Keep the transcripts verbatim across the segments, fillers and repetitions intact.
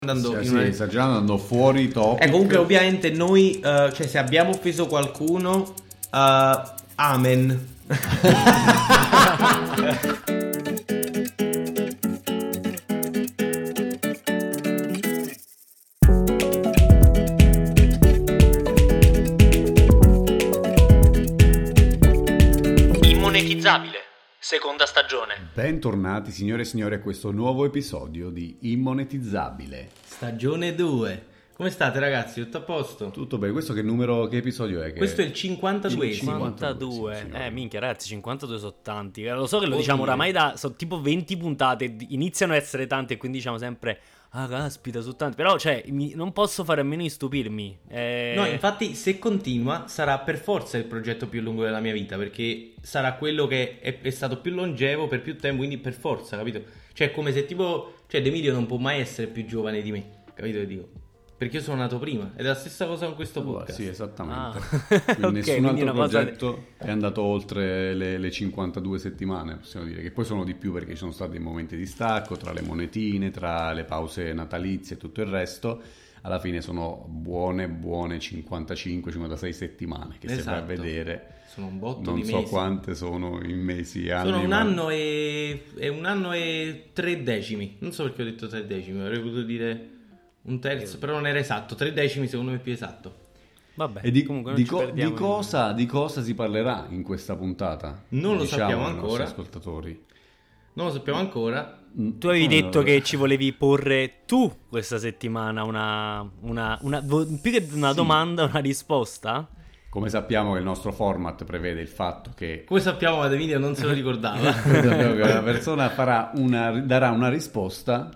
andando sì, in una... sì, sta già andando fuori topic. Eh, comunque ovviamente noi, uh, cioè se abbiamo offeso qualcuno, uh, amen. Immonetizzabile, seconda stagione. Bentornati signore e signori a questo nuovo episodio di Immonetizzabile. Stagione due. Come state ragazzi? Tutto a posto? Tutto bene, questo che numero, che episodio è? Che... Questo è il cinquantadue. cinquantadue, sì, eh minchia ragazzi, cinquantadue sono tanti. Lo so che lo Oddio. diciamo oramai da, sono tipo venti puntate, iniziano a essere tante e quindi diciamo sempre, ah caspita, sono tanti. Però cioè, mi, non posso fare a meno di stupirmi. Eh... No, infatti se continua sarà per forza il progetto più lungo della mia vita, perché sarà quello che è, è stato più longevo per più tempo, quindi per forza, capito? Cioè è come se tipo, cioè D'Emilio non può mai essere più giovane di me, capito che dico? Perché io sono nato prima, ed è la stessa cosa con questo podcast. Sì, esattamente. Ah. Quindi Ok, nessun quindi altro una cosa- progetto è andato oltre le, le cinquantadue settimane, possiamo dire, che poi sono di più perché ci sono stati dei momenti di stacco tra le monetine, tra le pause natalizie e tutto il resto. Alla fine sono buone, buone cinquantacinque cinquantasei settimane, che se vai a Esatto. vedere Sono un botto non di so mesi. quante sono in mesi e anni. Sono un ma- anno e... è un anno e tre decimi. Non so perché ho detto tre decimi, avrei potuto dire un terzo, però non era esatto. Tre decimi secondo me è più esatto. Vabbè, E di, comunque non di ci co- perdiamo di in- cosa, di cosa si parlerà in questa puntata? Non lo Diciamo sappiamo ai nostri ancora. ascoltatori. Non lo sappiamo ancora. Tu avevi Eh, detto che ci volevi porre tu questa settimana una, una, una vo- più che una Sì. domanda, una risposta? Come sappiamo che il nostro format prevede il fatto che Come sappiamo, Mademilio non se lo ricordava. sappiamo che la persona farà una, darà una risposta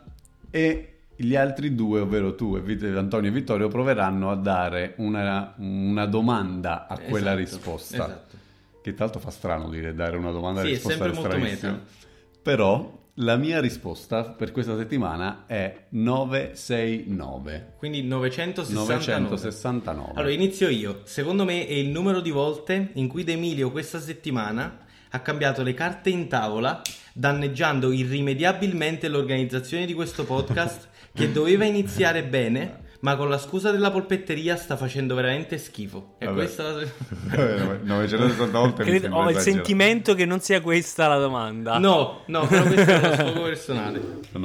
e gli altri due, ovvero tu e Vit- Antonio e Vittorio, proveranno a dare una, una domanda a quella Esatto, risposta. esatto. Che tra l'altro fa strano dire dare una domanda Sì, a è risposta. sempre molto stranissimo. meta. Però la mia risposta per questa settimana è novecentosessantanove. Quindi novecentosessantanove. novecentosessantanove. Allora inizio io. Secondo me è il numero di volte in cui D'Emilio questa settimana ha cambiato le carte in tavola, danneggiando irrimediabilmente l'organizzazione di questo podcast che doveva iniziare bene, ma con la scusa della polpetteria sta facendo veramente schifo. E Vabbè. questa la... Vabbè, novecentosessanta volte mi Credo- sembra ho il esagerato. sentimento che non sia questa la domanda. No, no, però questo è uno sfogo personale.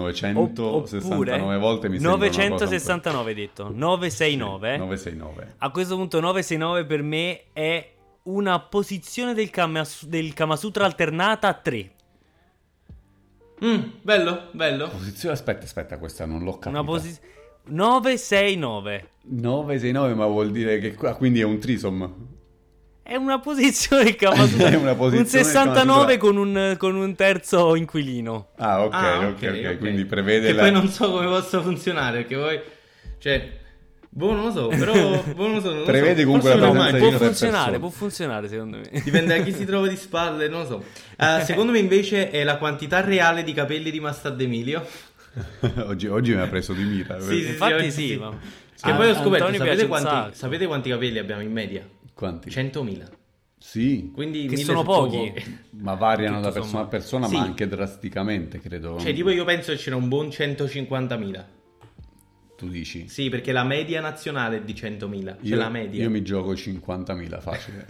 novecentosessantanove volte mi sembra una cosa un po'- novecentosessantanove hai detto novecentosessantanove. novecentosessantanove. A questo punto novecentosessantanove per me è una posizione del, Kama, del Kama Sutra alternata a tre. Mm, bello, bello. Posizione, aspetta, aspetta, questa non l'ho capita. Una posizione novecentosessantanove. novecentosessantanove, ma vuol dire che qua quindi è un trisom. È una posizione del Kama Sutra. È una posizione un sessantanove del Kama con un, con un terzo inquilino. Ah, ok, Ah, ok, ok, quindi prevede che la... poi non so come possa funzionare, perché poi, cioè, boh, non lo so, però, boh, non lo so, non lo Prevede so. comunque Forse la non presenza mai. di Può tre funzionare, persone. può funzionare secondo me. Dipende da chi si trova di spalle, non lo so. Eh, secondo me invece è la quantità reale di capelli rimasta ad Emilio. oggi, oggi mi ha preso di mira. Sì, sì, Infatti oggi sì, ma... Che A- poi ho scoperto, Antonio piace sapete un quanti, sacco. sapete quanti capelli abbiamo in media? Quanti? centomila. Sì, Quindi Che mille sono sono pochi. pochi. ma variano Tutto da persona sommato. a persona, Sì. ma anche drasticamente, credo. Cioè, tipo io penso che c'era un buon centocinquantamila. Tu dici? Sì, perché la media nazionale è di centomila. Cioè Io, la media. io mi gioco cinquantamila, facile.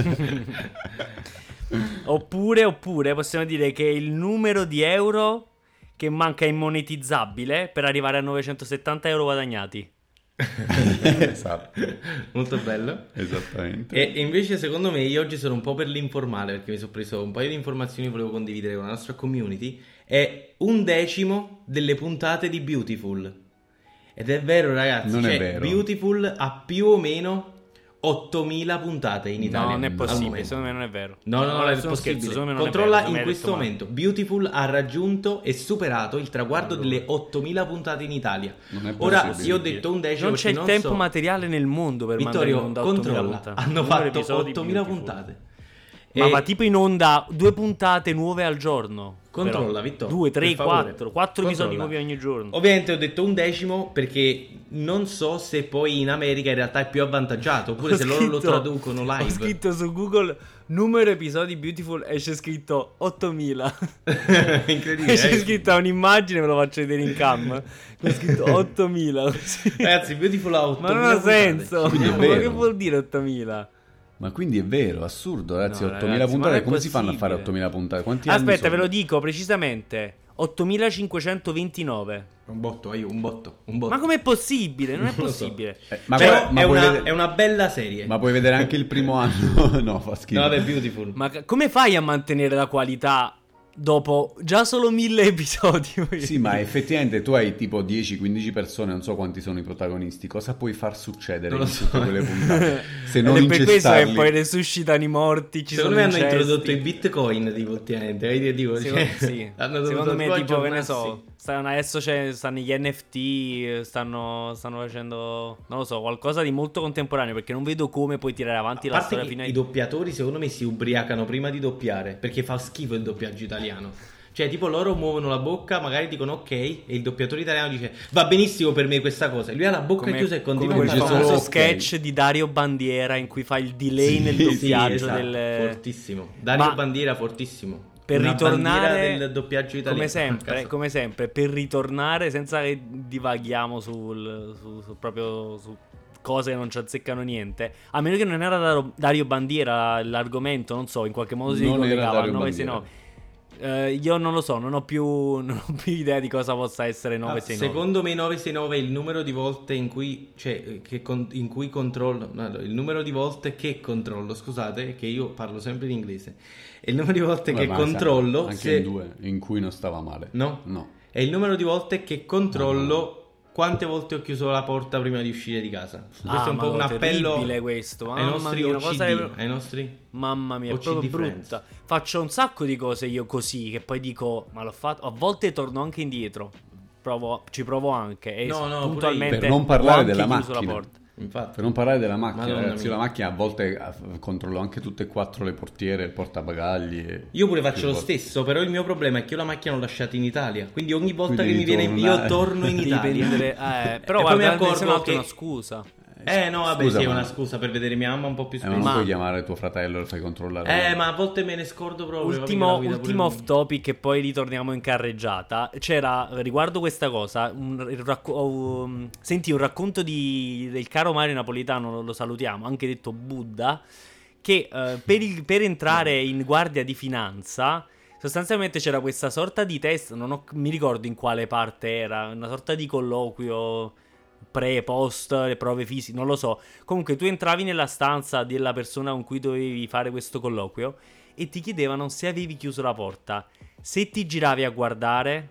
Oppure, oppure possiamo dire che il numero di euro che manca è immonetizzabile per arrivare a novecentosettanta euro guadagnati. Esatto, Molto bello. esattamente. E, e invece secondo me io oggi sono un po' per l'informale, perché mi sono preso un paio di informazioni che volevo condividere con la nostra community. È un decimo delle puntate di Beautiful. Ed è vero ragazzi, Non è cioè, vero. Beautiful ha più o meno ottomila puntate in Italia. No, non è al possibile, momento. secondo me non è vero. No, no, no, è sono possibile. scherzo, secondo me non è Controlla vero, secondo in me hai questo detto male. momento. Beautiful ha raggiunto e superato il traguardo delle ottomila puntate in Italia. Non è Ora, possibile. io ho detto un decimo Non c'è perché il tempo so. materiale nel mondo per mandare in Vittorio, onda ottomila controlla. puntate. Hanno Numero fatto episodi ottomila Beautiful. puntate. Ma E- va tipo in onda due puntate nuove al giorno. Controlla, però. Vittorio, Due, tre, per favore. quattro. Quattro episodi Controlla. nuovi ogni giorno. Ovviamente ho detto un decimo perché non so se poi in America in realtà è più avvantaggiato, oppure Ho se loro lo scritto- traducono live. Ho scritto su Google numero episodi Beautiful e c'è scritto ottomila. Incredibile. E c'è eh? scritto un'immagine, ve lo faccio vedere in cam. C'è scritto ottomila. così. Ragazzi, Beautiful ha Ma non ottomila ha puntate. senso. Quindi è Ma vero. che vuol dire ottomila? Ma quindi è vero, assurdo, ragazzi, No, ottomila ragazzi, ma puntate, non è come si fanno a fare possibile. ottomila puntate? Quanti anni Aspetta, sono? ve lo dico precisamente. ottomilacinquecentoventinove. Un botto, io, un botto, un botto. Ma com'è possibile? Non è Non lo so. possibile. Eh, ma, Però guarda- ma è, puoi una, vedere- è una bella serie. ma puoi vedere anche il primo anno? No, fa schifo. No, vabbè, Beautiful. Ma c- come fai a mantenere la qualità dopo già solo mille episodi? Sì, ma effettivamente tu hai tipo dieci quindici persone, non so quanti sono i protagonisti, cosa puoi far succedere Non lo in so. tutte quelle puntate? Se non Ed è per questo che incestarli. poi resuscitano i morti. Ci Secondo sono me hanno incesti. introdotto i bitcoin tipo ultimamente. Vedi, dico, Secondo, cioè, sì. hanno dovuto Secondo me, solo tipo, che ne aggiornarsi. so, stanno, adesso c'è, stanno gli N F T, stanno, stanno facendo, non lo so, qualcosa di molto contemporaneo, perché non vedo come puoi tirare avanti A la parte storia che fino i ai... doppiatori secondo me si ubriacano prima di doppiare, perché fa schifo il doppiaggio italiano. Cioè, tipo, loro muovono la bocca, magari dicono ok, e il doppiatore italiano dice va benissimo per me questa cosa. E lui ha la bocca Come, chiusa e come continua quel a dice parlare. famoso solo ok. sketch di Dario Bandiera in cui fa il delay Sì, nel sì, doppiaggio esatto, del... fortissimo. Dario Ma- Bandiera fortissimo. Per Una ritornare bandiera del doppiaggio italiano. come sempre, Cazzo. come sempre, per ritornare senza che divaghiamo sul, su, su proprio su cose che non ci azzeccano niente. A meno che non era Dario- Dario Bandiera l'argomento, non so, in qualche modo si Non era ricollegava al Dario nove sei nove. Eh, io non lo so, non ho più, non ho più idea di cosa possa essere Ah, nove sei nove. secondo me nove sei nove è il numero di volte in cui, cioè, che con- in cui controllo, no, il numero di volte che controllo, scusate, che io parlo sempre in inglese, è il numero di volte Vabbè, che ma controllo anche se... in due, in cui non stava male. No? No. È il numero di volte che controllo quante volte ho chiuso la porta prima di uscire di casa. Questo Ah, è un po' ma un no, appello terribile questo, ai mamma nostri mia, una O C cosa D, che- ai nostri... Mamma mia, è O C D proprio friends. brutta. Faccio un sacco di cose io così, che poi dico, ma l'ho fatto. A volte torno anche indietro. Provo, ci provo anche. E No, no, pure puntualmente io. Per non ho parlare anche della chiuso macchina. la porta. Infatti. Per non parlare della macchina, Madonna ragazzi, mia. la macchina a volte eh, controllo anche tutte e quattro le portiere, il portabagagli. e- Io pure faccio più lo volte. stesso, però il mio problema è che io la macchina l'ho lasciata in Italia. Quindi ogni volta Quindi che mi viene ritorna- io torno in Devi Italia. prendere- eh, però E poi mi guarda, accorgo se no è una che- scusa. Eh no, vabbè, Scusa, sì, è ma- una scusa per vedere mia mamma un po' più Eh, ma spesso. non Ma- puoi chiamare tuo fratello e lo fai controllare. Eh, ma a volte me ne scordo proprio. Ultimo, vabbè, che la guida ultimo pure off lui. topic e poi ritorniamo in carreggiata. C'era riguardo questa cosa, un, il racco- um, sentì un racconto di, del caro Mario Napolitano, lo, lo salutiamo, anche detto Buddha, che eh, per, il- per entrare in guardia di finanza sostanzialmente c'era questa sorta di test, non ho- mi ricordo in quale parte era, una sorta di colloquio pre, post, le prove fisiche, non lo so. Comunque tu entravi nella stanza della persona con cui dovevi fare questo colloquio e ti chiedevano se avevi chiuso la porta. Se ti giravi a guardare,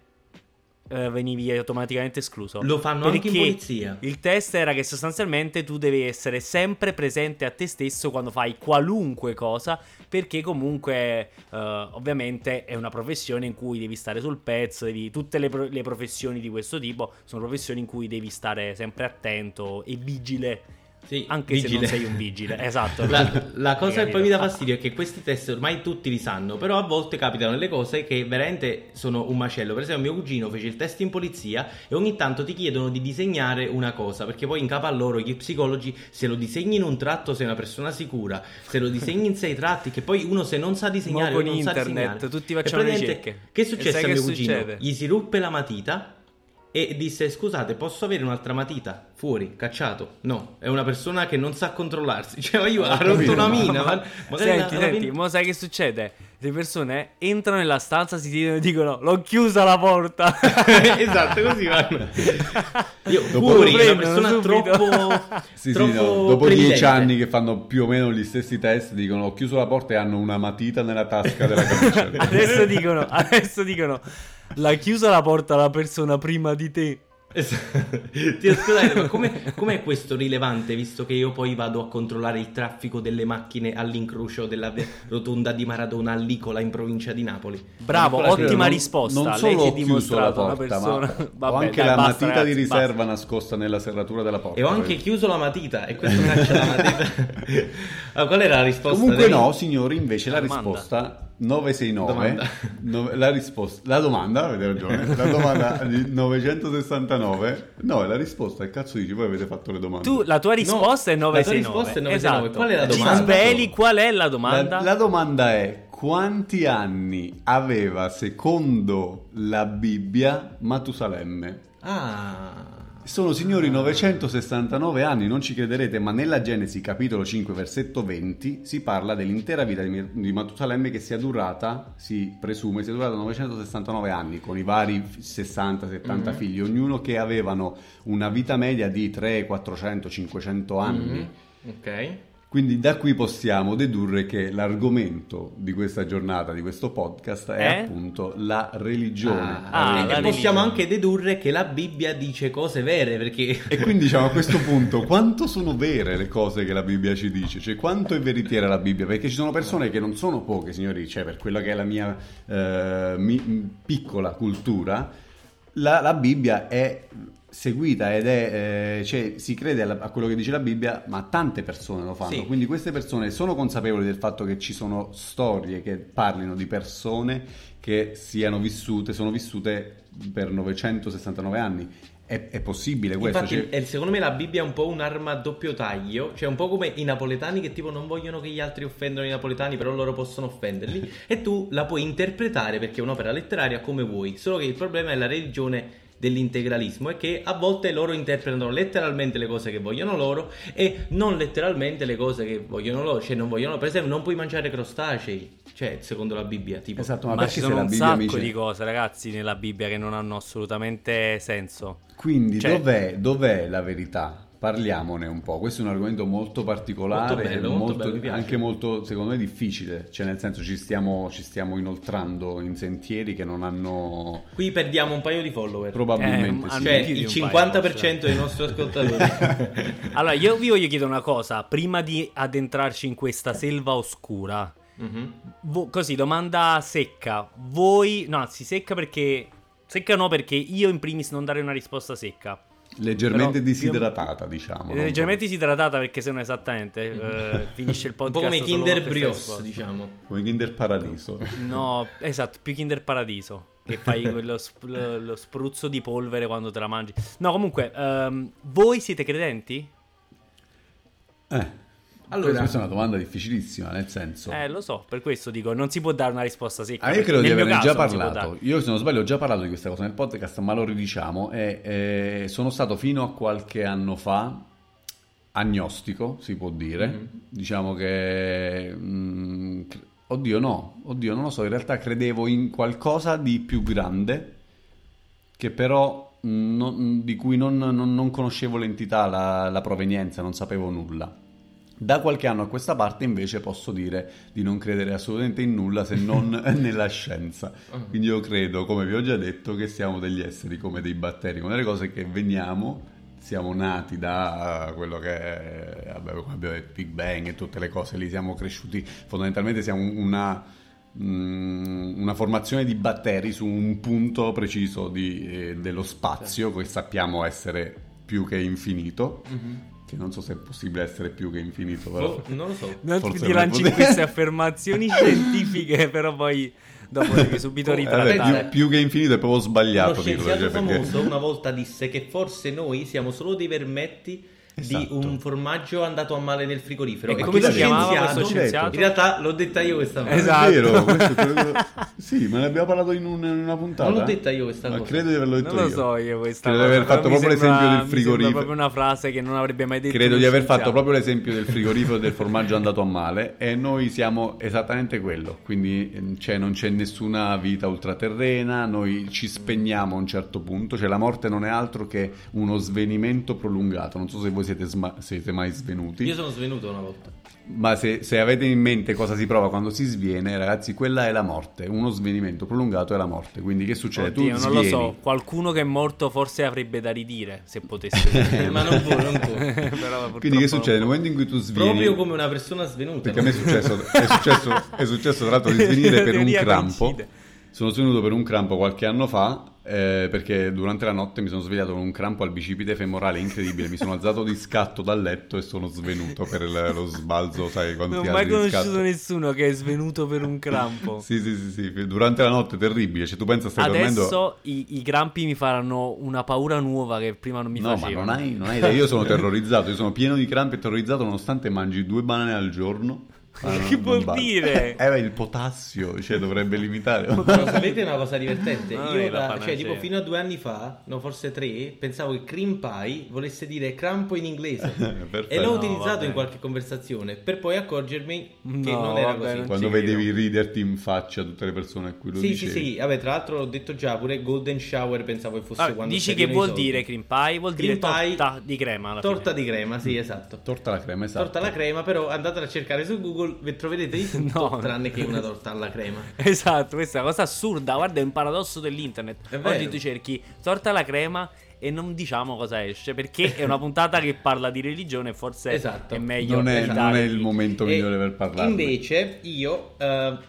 eh, venivi automaticamente escluso. Lo fanno anche in Perché polizia. Il test era che sostanzialmente tu devi essere sempre presente a te stesso quando fai qualunque cosa, perché comunque eh, ovviamente è una professione in cui devi stare sul pezzo, devi, tutte le, pro- le professioni di questo tipo sono professioni in cui devi stare sempre attento e vigile. Sì, Anche vigile. se non sei un vigile, esatto. La, la cosa che poi mi dà Capito? fastidio è che questi test ormai tutti li sanno, però a volte capitano delle cose che veramente sono un macello. Per esempio mio cugino fece il test in polizia e ogni tanto ti chiedono di disegnare una cosa, perché poi in capo a loro gli psicologi, se lo disegni in un tratto sei una persona sicura, se lo disegni in sei tratti, che poi uno se non sa disegnare Mo' o con non sa internet, disegnare, tutti e facciamo le praticamente- ricerche. Che è E successo sai a che mio cugino? succede? Gli si ruppe la matita e disse scusate posso avere un'altra matita? Fuori, cacciato. No, è una persona che non sa controllarsi. Cioè io ha rotto una mina. ma- magari Senti, la- la- senti, mo sai che succede? Le persone entrano nella stanza, si tirano e dicono l'ho chiusa la porta. Esatto, così vanno. Io Dopo- fuori, lo è una prendono persona subito. troppo Sì, sì, troppo no, dopo previdente. dieci anni che fanno più o meno gli stessi test, dicono ho chiuso la porta e hanno una matita nella tasca della camicia. Adesso dicono, adesso dicono l'ha chiusa la porta la persona prima di te. Esatto. Ti scusate, ma come com'è questo rilevante, visto che io poi vado a controllare il traffico delle macchine all'incrocio della ve- rotonda di Maradona a Licola in provincia di Napoli? Bravo, Piccola ottima non- risposta. Non Lei solo si è ho chiuso la dimostrata una porta, persona. ma ho Vabbè, anche dai, la basta, matita ragazzi, di basta. riserva nascosta nella serratura della porta. E ho anche Quindi- chiuso la matita e questo caccia la matita. Ma qual era la risposta? Comunque Dei- no, signori, invece la Armanda. risposta novecentosessantanove, Domanda. no- la risposta, la domanda, avete ragione, la domanda di novecentosessantanove, no, la risposta, che cazzo dici, voi avete fatto le domande. Tu, la tua risposta No, è la tua novecentosessantanove. risposta è novecentonove. Esatto. Qual è la Ci domanda? sveli qual è la domanda? La, la domanda è: quanti anni aveva secondo la Bibbia Matusalemme? Ah. Sono, signori, novecentosessantanove anni, non ci crederete, ma nella Genesi capitolo cinque versetto venti si parla dell'intera vita di, di Matusalemme, che sia durata, si presume, sia durata novecentosessantanove anni, con i vari sessanta settanta Mm-hmm. figli, ognuno che avevano una vita media di trecento, quattrocento, cinquecento anni. Mhm. Ok. Quindi da qui possiamo dedurre che l'argomento di questa giornata, di questo podcast, è Eh? appunto la religione. Ah, e la possiamo religione. anche dedurre che la Bibbia dice cose vere, perché E quindi diciamo a questo punto quanto sono vere le cose che la Bibbia ci dice, cioè quanto è veritiera la Bibbia, perché ci sono persone che non sono poche, signori, cioè per quella che è la mia eh, mi- piccola cultura, la, la Bibbia è seguita ed è, eh, cioè si crede alla- a quello che dice la Bibbia, ma tante persone lo fanno, Sì. quindi queste persone sono consapevoli del fatto che ci sono storie che parlino di persone che siano vissute, sono vissute per novecentosessantanove anni. È, è possibile questo? infatti Cioè- eh, secondo me la Bibbia è un po' un'arma a doppio taglio, cioè un po' come i napoletani che tipo non vogliono che gli altri offendano i napoletani, però loro possono offenderli, e tu la puoi interpretare perché è un'opera letteraria come vuoi, solo che il problema è la religione dell'integralismo, è che a volte loro interpretano letteralmente le cose che vogliono loro e non letteralmente le cose che vogliono loro, cioè non vogliono, per esempio non puoi mangiare crostacei, cioè secondo la Bibbia tipo. Esatto, ma, Ma perché ci se sono la un Bibbia sacco mi dice- di cose, ragazzi, nella Bibbia che non hanno assolutamente senso. Quindi Cioè- dov'è, dov'è la verità? Parliamone un po'. Questo è un argomento molto particolare, Molto bello, e molto bello, mi piace. anche molto, secondo me, difficile. Cioè, nel senso, ci stiamo, ci stiamo inoltrando in sentieri che non hanno Qui perdiamo un paio di follower, probabilmente Eh, sì. cioè più di il un cinquanta per paio, cento dei nostri ascoltatori. Allora, io vi voglio chiedere una cosa, prima di addentrarci in questa selva oscura. Mhm. Vo- così, domanda secca. Voi, no, anzi, secca perché... Secca no, perché io in primis non darei una risposta secca. Leggermente Però- disidratata, diciamo. non Leggermente disidratata, perché se no esattamente eh, finisce il Un podcast. po' come solo Kinder con questa Brioche, risposta. diciamo. come Kinder Paradiso. No, esatto, più Kinder Paradiso. Che fai quello sp- lo, lo spruzzo di polvere quando te la mangi. No, comunque, ehm, voi siete credenti? Eh, Allora, questa è una domanda difficilissima, nel senso... Eh, lo so, per questo dico, non si può dare una risposta secca. Ah, io perché credo di nel mio averne caso già non si può parlato. dare. Io, se non sbaglio, ho già parlato di questa cosa nel podcast, ma lo ridiciamo. E, eh, sono stato fino a qualche anno fa agnostico, si può dire. Mhm. Diciamo che... mm, cre- oddio, no. Oddio, non lo so. In realtà credevo in qualcosa di più grande, che però mm, non- di cui non, non- non conoscevo l'entità, la, la provenienza, non sapevo nulla. Da qualche anno a questa parte invece posso dire di non credere assolutamente in nulla se non nella scienza. Quindi io credo, come vi ho già detto, che siamo degli esseri come dei batteri, come delle cose che veniamo, siamo nati da quello che è, vabbè, come abbiamo detto, Big Bang e tutte le cose lì, siamo cresciuti, fondamentalmente siamo una, mm, una formazione di batteri su un punto preciso di, eh, dello spazio, che sappiamo essere più che infinito. Che non so se è possibile essere più che infinito, però... oh, non lo so. Non Forse ti non lanci è in queste affermazioni scientifiche, però poi dopo devi subito Oh, Eh, vabbè, ritrattare. più, più che infinito è proprio Uno sbagliato dirlo, scienziato cioè, perché... famoso una volta disse che forse noi siamo solo dei vermetti Esatto. di un formaggio andato a male nel frigorifero. E E come questo si chiamava scienziato- questo scienziato? In realtà l'ho detta io questa cosa. Esatto. È vero, questo credo- sì, ma ne abbiamo parlato in, un- in una puntata. Non l'ho detta io questa Ma cosa. credo di averlo detto Non lo io. so io questa Credo di cosa, aver fatto però mi proprio sembra- l'esempio del mi sembra frigorifero. proprio una frase che non avrebbe mai detto Credo uno di aver fatto scienziato. proprio l'esempio del frigorifero e del formaggio andato a male, e noi siamo esattamente quello, quindi eh, cioè, non c'è nessuna vita ultraterrena, noi ci spegniamo a un certo punto, cioè la morte non è altro che uno svenimento prolungato. Non so se voi siete, sma- siete mai svenuti. Io sono svenuto una volta. Ma se, se avete in mente cosa si prova quando si sviene, ragazzi, quella è la morte. Uno svenimento prolungato è la morte. Quindi che succede? Oddio, tu non lo svieni. so, qualcuno che è morto forse avrebbe da ridire, se potesse. Ma non può, non può. Però Quindi che purtroppo succede? Nel non momento in cui tu svieni, Proprio come una persona svenuta. perché a me è successo, è successo, è successo tra l'altro di svenire La per un teoria crampo. coincide. Sono svenuto per un crampo qualche anno fa, Eh, perché durante la notte mi sono svegliato con un crampo al bicipite femorale incredibile, mi sono alzato di scatto dal letto e sono svenuto per il- lo sbalzo, sai, quando Non ti ho mai alzi di conosciuto scatto. nessuno che è svenuto per un crampo. Sì, sì, sì, sì, durante la notte terribile, cioè tu pensa stai dormendo... Adesso i, i crampi mi faranno una paura nuova che prima non mi No, ma facevano. non hai, non hai idea, io sono terrorizzato, io sono pieno di crampi e terrorizzato nonostante mangi due banane al giorno. Ah, Che non- non vuol basta. dire? Eh, beh, il potassio, cioè dovrebbe limitare. Però sapete una cosa divertente? No, Io, è la da- panacea. cioè, tipo, fino a due anni fa, no, forse tre, pensavo che cream pie volesse dire crampo in inglese. Perfetto. E l'ho No, utilizzato vabbè. in qualche conversazione, per poi accorgermi che No, non era vabbè, così. non Quando ci vedevi credo. riderti in faccia tutte le persone a cui lo Sì, sì, dicevi. sì, vabbè, tra l'altro l'ho detto già, pure golden shower pensavo che fosse Vabbè, quando dici si che arrivano i vuol soldi. dire cream pie? Vuol dire Cream pie- torta di crema alla Torta fine. di crema, sì, esatto. Torta alla crema, esatto. Torta alla crema, però andate a cercare su Google e troverete di tutto, No. tranne che una torta alla crema. Esatto, questa è una cosa assurda. Guarda, è un paradosso dell'internet. È Oggi vero. tu cerchi torta alla crema e non diciamo cosa esce, perché è una puntata che parla di religione e forse Esatto. è meglio Non è, evitare non è di- il momento E migliore per parlarne. Invece io, eh,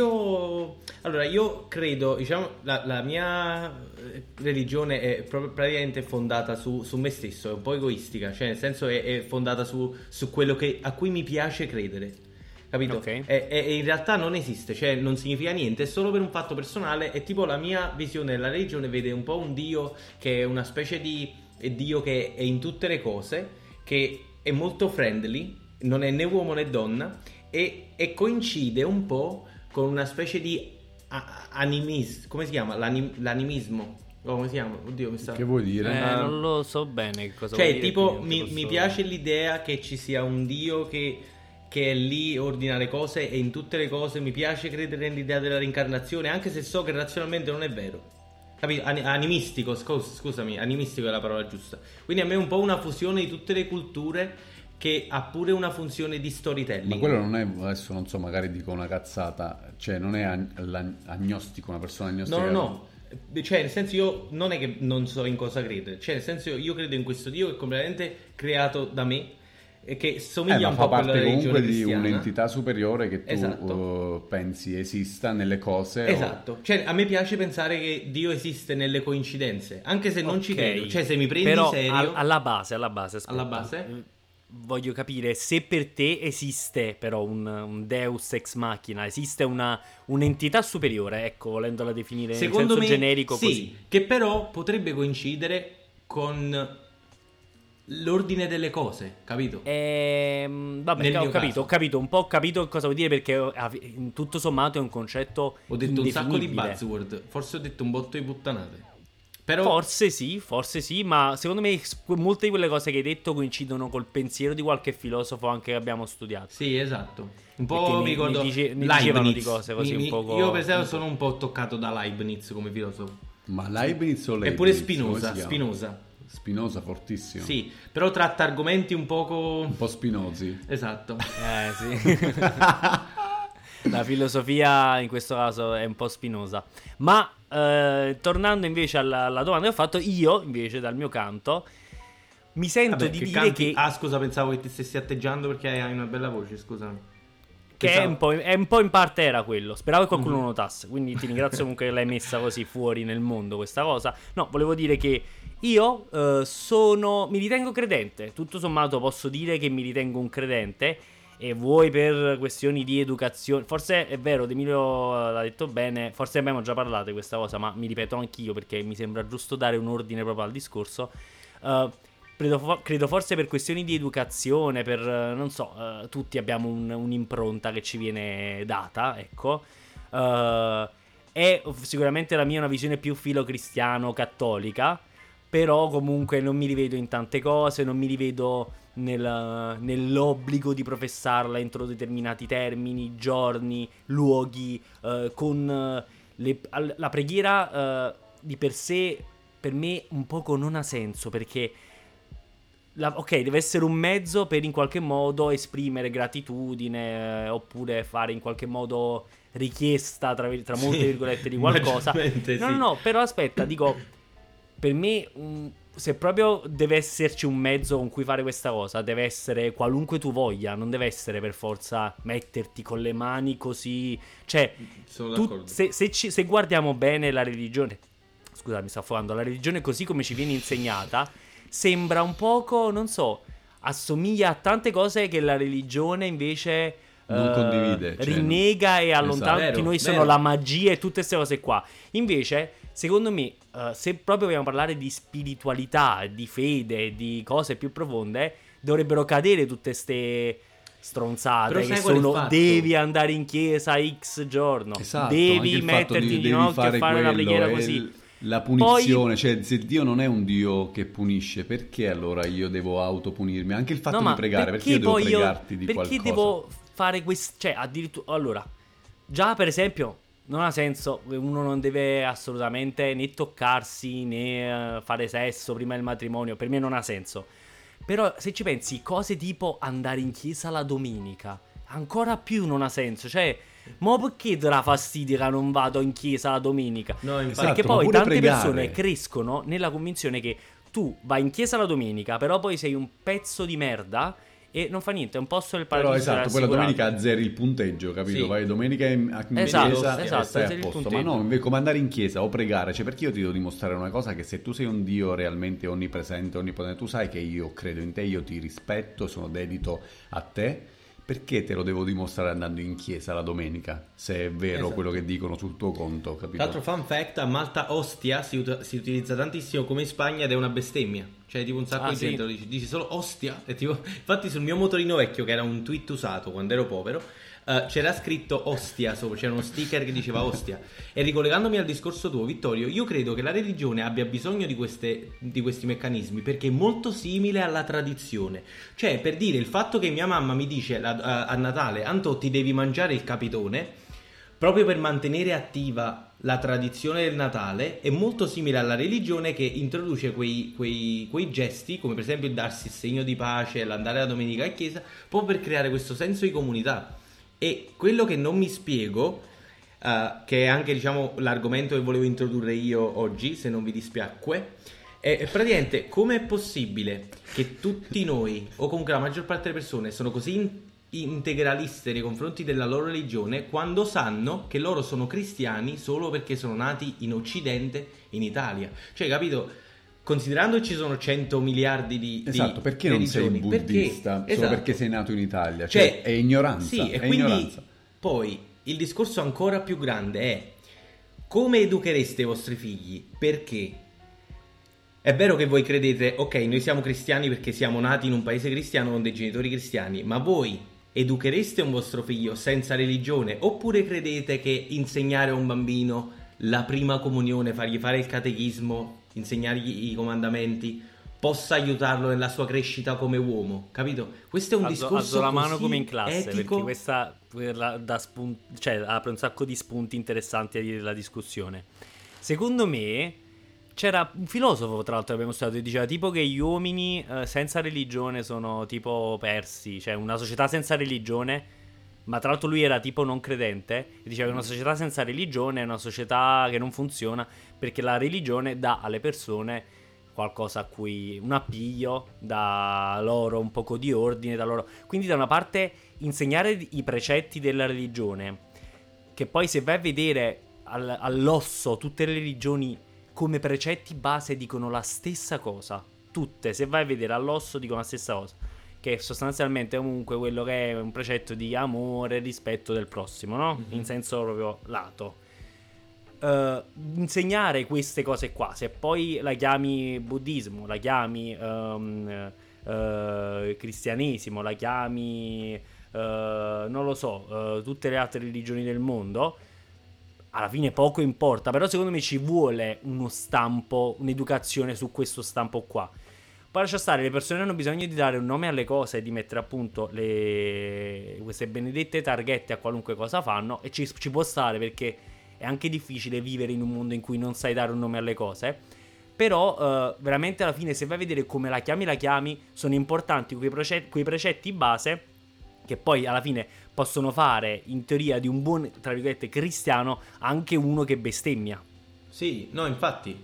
io, allora io credo, diciamo, la, la mia eh, religione è proprio praticamente fondata su, su me stesso, è un po' egoistica, cioè nel senso è, è fondata su, su quello che, a cui mi piace credere. Capito? Ok. E, e- e in realtà non esiste, cioè non significa niente, è solo per un fatto personale. È tipo la mia visione della religione vede un po' un Dio che è una specie di è Dio che è in tutte le cose, che è molto friendly, non è né uomo né donna e, e coincide un po' con una specie di a- animis, come si chiama? L'anim- l'animismo. Oh, come si chiama? Oddio, mi sta... Che vuoi dire? Eh, Ah. non lo so bene che cosa Cioè, vuol dire, tipo, quindi non ti mi, posso- mi piace l'idea che ci sia un Dio che, che è lì, ordina le cose e in tutte le cose mi piace credere nell'idea della reincarnazione, anche se so che razionalmente non è vero. Capito? Ani- animistico, scus- scusami, animistico è la parola giusta. Quindi a me è un po' una fusione di tutte le culture che ha pure una funzione di storytelling. Ma quello non è, adesso non so, magari dico una cazzata, cioè non è ag- l'ag- agnostico, una persona agnostica. No, no, no. Cioè, nel senso, io non è che non so in cosa credere, cioè, nel senso, io credo in questo Dio che è completamente creato da me e che Eh, somiglia ma un fa po' a quella parte religione comunque di cristiana. un'entità superiore che tu Esatto. eh, pensi esista nelle cose. o- Esatto, cioè a me piace pensare che Dio esiste nelle coincidenze, anche se non ci Ok. credo, cioè se mi prendi Però serio, al- alla base, alla base, aspetta. Alla base? Eh, voglio capire se per te esiste però un, un Deus ex machina, esiste una, un'entità superiore, ecco, volendola definire secondo in me senso generico sì, così. che però potrebbe coincidere con l'ordine delle cose, capito? Ehm, vabbè, Nel ho mio capito, caso. ho capito, un po' ho capito cosa vuol dire perché eh, in tutto sommato è un concetto Ho detto un sacco di indefinibile. buzzword, forse ho detto un botto di puttanate. Però Forse sì, forse sì, ma secondo me s- molte di quelle cose che hai detto coincidono col pensiero di qualche filosofo anche che abbiamo studiato. sì, esatto. Un Perché po' ne- mi ricordo ne dice- ne dicevano Leibniz. di cose così Mi- un mi- poco- Io per esempio un po'. sono un po' toccato da Leibniz come filosofo. Ma Leibniz o Leibniz? Eppure Come Spinoza, si chiama? Spinoza. Spinoza, fortissimo. Sì, però tratta argomenti un poco Un po' spinozi. esatto. Eh sì. La filosofia in questo caso è un po' spinosa. Ma eh, tornando invece alla, alla domanda che ho fatto, io invece dal mio canto mi sento Vabbè, di che dire canti- che, Ah, scusa, pensavo che ti stessi atteggiando perché hai una bella voce, scusami. che è, Pensavo- un po', è un po' in parte era quello. Speravo che qualcuno Mhm. lo notasse. Quindi ti ringrazio comunque che l'hai messa così fuori nel mondo questa cosa. No, volevo dire che io eh, sono. Mi ritengo credente. Tutto sommato posso dire che mi ritengo un credente. E vuoi per questioni di educazione. Forse è vero, Emilio l'ha detto bene. Forse abbiamo già parlato di questa cosa, ma mi ripeto anch'io perché mi sembra giusto dare un ordine proprio al discorso. Eh, credo, fo- credo forse per questioni di educazione, per eh, non so, eh, tutti abbiamo un- un'impronta che ci viene data, ecco. Eh, è sicuramente la mia è una visione più filocristiano-cattolica. Però comunque non mi rivedo in tante cose, non mi rivedo nel- nell'obbligo di professarla entro determinati termini, giorni, luoghi, eh, con eh, le- al- la preghiera eh, di per sé per me un poco non ha senso perché la- ok, deve essere un mezzo per in qualche modo esprimere gratitudine eh, oppure fare in qualche modo richiesta tra, tra molte Sì, virgolette di qualcosa. maggiormente, No, sì. no, no, però aspetta, dico per me, mm, se proprio deve esserci un mezzo con cui fare questa cosa, deve essere qualunque tu voglia, non deve essere per forza metterti con le mani così. Cioè, Sono tu- d'accordo. se, se ci- se guardiamo bene la religione, scusa, mi sto affogando, la religione così come ci viene insegnata sembra un poco, non so, assomiglia a tante cose che la religione invece non uh, condivide, cioè, rinnega e allontana. esatto. Tutti noi sono vero. la magia e tutte queste cose qua. Invece, secondo me, uh, se proprio vogliamo parlare di spiritualità, di fede, di cose più profonde, dovrebbero cadere tutte ste stronzate Però che sai qual è il sono fatto? devi andare in chiesa X giorno, Esatto, anche il devi fatto metterti di- in devi ginocchio e fare una quello, preghiera è così. il- la punizione, Poi- cioè se Dio non è un Dio che punisce, perché allora io devo autopunirmi? Anche il fatto No, di ma pregare, perché io devo poi pregarti di perché qualcosa? devo fare questo, cioè addirittura, allora, già per esempio non ha senso, uno non deve assolutamente né toccarsi né eh, fare sesso prima del matrimonio, per me non ha senso. Però se ci pensi, cose tipo andare in chiesa la domenica, ancora più non ha senso, cioè, ma perché darà fastidio che non vado in chiesa la domenica? No, infatti, Esatto, Perché ma poi pure tante pregare. persone crescono nella convinzione che tu vai in chiesa la domenica, però poi sei un pezzo di merda e non fa niente, è un posto del paradiso. Però esatto, poi la assicurato. domenica azzeri il punteggio, capito? Sì. Vai domenica in, a- in Esatto, chiesa esatto, e stai azzeri a il posto. Ma punteggio. no, invece come andare in chiesa o pregare, cioè perché io ti devo dimostrare una cosa che se tu sei un Dio realmente onnipresente, onnipotente, tu sai che io credo in te, io ti rispetto, sono dedito a te. Perché te lo devo dimostrare andando in chiesa la domenica, se è vero Esatto. quello che dicono sul tuo conto, capito? Tra l'altro, fun fact, a Malta ostia si, ut- si utilizza tantissimo come in Spagna ed è una bestemmia. Cioè, tipo un sacco Ah, di sì? gente lo dice, dici solo ostia. E tipo, infatti, sul mio motorino vecchio, che era un tweet usato quando ero povero, eh, c'era scritto ostia sopra, c'era uno sticker che diceva ostia. E ricollegandomi al discorso tuo, Vittorio, io credo che la religione abbia bisogno di, queste, di questi meccanismi perché è molto simile alla tradizione. Cioè, per dire, il fatto che mia mamma mi dice la- a, a Natale, Antò, ti devi mangiare il capitone, proprio per mantenere attiva la tradizione del Natale, è molto simile alla religione che introduce quei, quei, quei gesti, come per esempio il darsi il segno di pace, l'andare la domenica a chiesa, proprio per creare questo senso di comunità. E quello che non mi spiego, eh, che è anche diciamo l'argomento che volevo introdurre io oggi, se non vi dispiacque, è, è praticamente come è possibile che tutti noi, o comunque la maggior parte delle persone, sono così in- integraliste nei confronti della loro religione quando sanno che loro sono cristiani solo perché sono nati in Occidente, in Italia. Cioè, capito? Considerando che ci sono cento miliardi di, di Esatto, perché non sei religioni, perché- buddista solo esatto. perché sei nato in Italia? Cioè, Cioè, è ignoranza, sì, e è quindi ignoranza. poi il discorso ancora più grande è come educhereste i vostri figli? Perché è vero che voi credete, ok, noi siamo cristiani perché siamo nati in un paese cristiano con dei genitori cristiani, ma voi educhereste un vostro figlio senza religione? Oppure credete che insegnare a un bambino la prima comunione, fargli fare il catechismo, insegnargli i comandamenti, possa aiutarlo nella sua crescita come uomo? Capito? Questo è un Alzo, discorso alzo la mano così come in classe, etico. perché questa quella da spun- cioè, apre un sacco di spunti interessanti della discussione. Secondo me c'era un filosofo, tra l'altro, che abbiamo studiato, che diceva tipo che gli uomini eh, senza religione sono tipo persi, cioè una società senza religione, ma tra l'altro lui era tipo non credente, e diceva che una società senza religione è una società che non funziona perché la religione dà alle persone qualcosa a cui un appiglio, dà loro un poco di ordine, da loro. Quindi da una parte insegnare i precetti della religione, che poi se vai a vedere al- all'osso tutte le religioni come precetti base dicono la stessa cosa, tutte, se vai a vedere all'osso dicono la stessa cosa, che sostanzialmente è comunque quello che è un precetto di amore e rispetto del prossimo, no? Mhm. In senso proprio lato. Uh, insegnare queste cose qua, se poi la chiami buddismo, la chiami um, uh, cristianesimo, la chiami uh, non lo so, uh, tutte le altre religioni del mondo, alla fine poco importa. Però secondo me ci vuole uno stampo, un'educazione su questo stampo qua. Poi lascia stare, le persone hanno bisogno di dare un nome alle cose e di mettere appunto le... queste benedette targhette a qualunque cosa fanno, e ci, ci può stare, perché è anche difficile vivere in un mondo in cui non sai dare un nome alle cose. Però uh, veramente alla fine, se vai a vedere come la chiami la chiami, sono importanti quei, prece- quei precetti base che poi alla fine possono fare, in teoria, di un buon, tra virgolette, cristiano anche uno che bestemmia. Sì, no, infatti.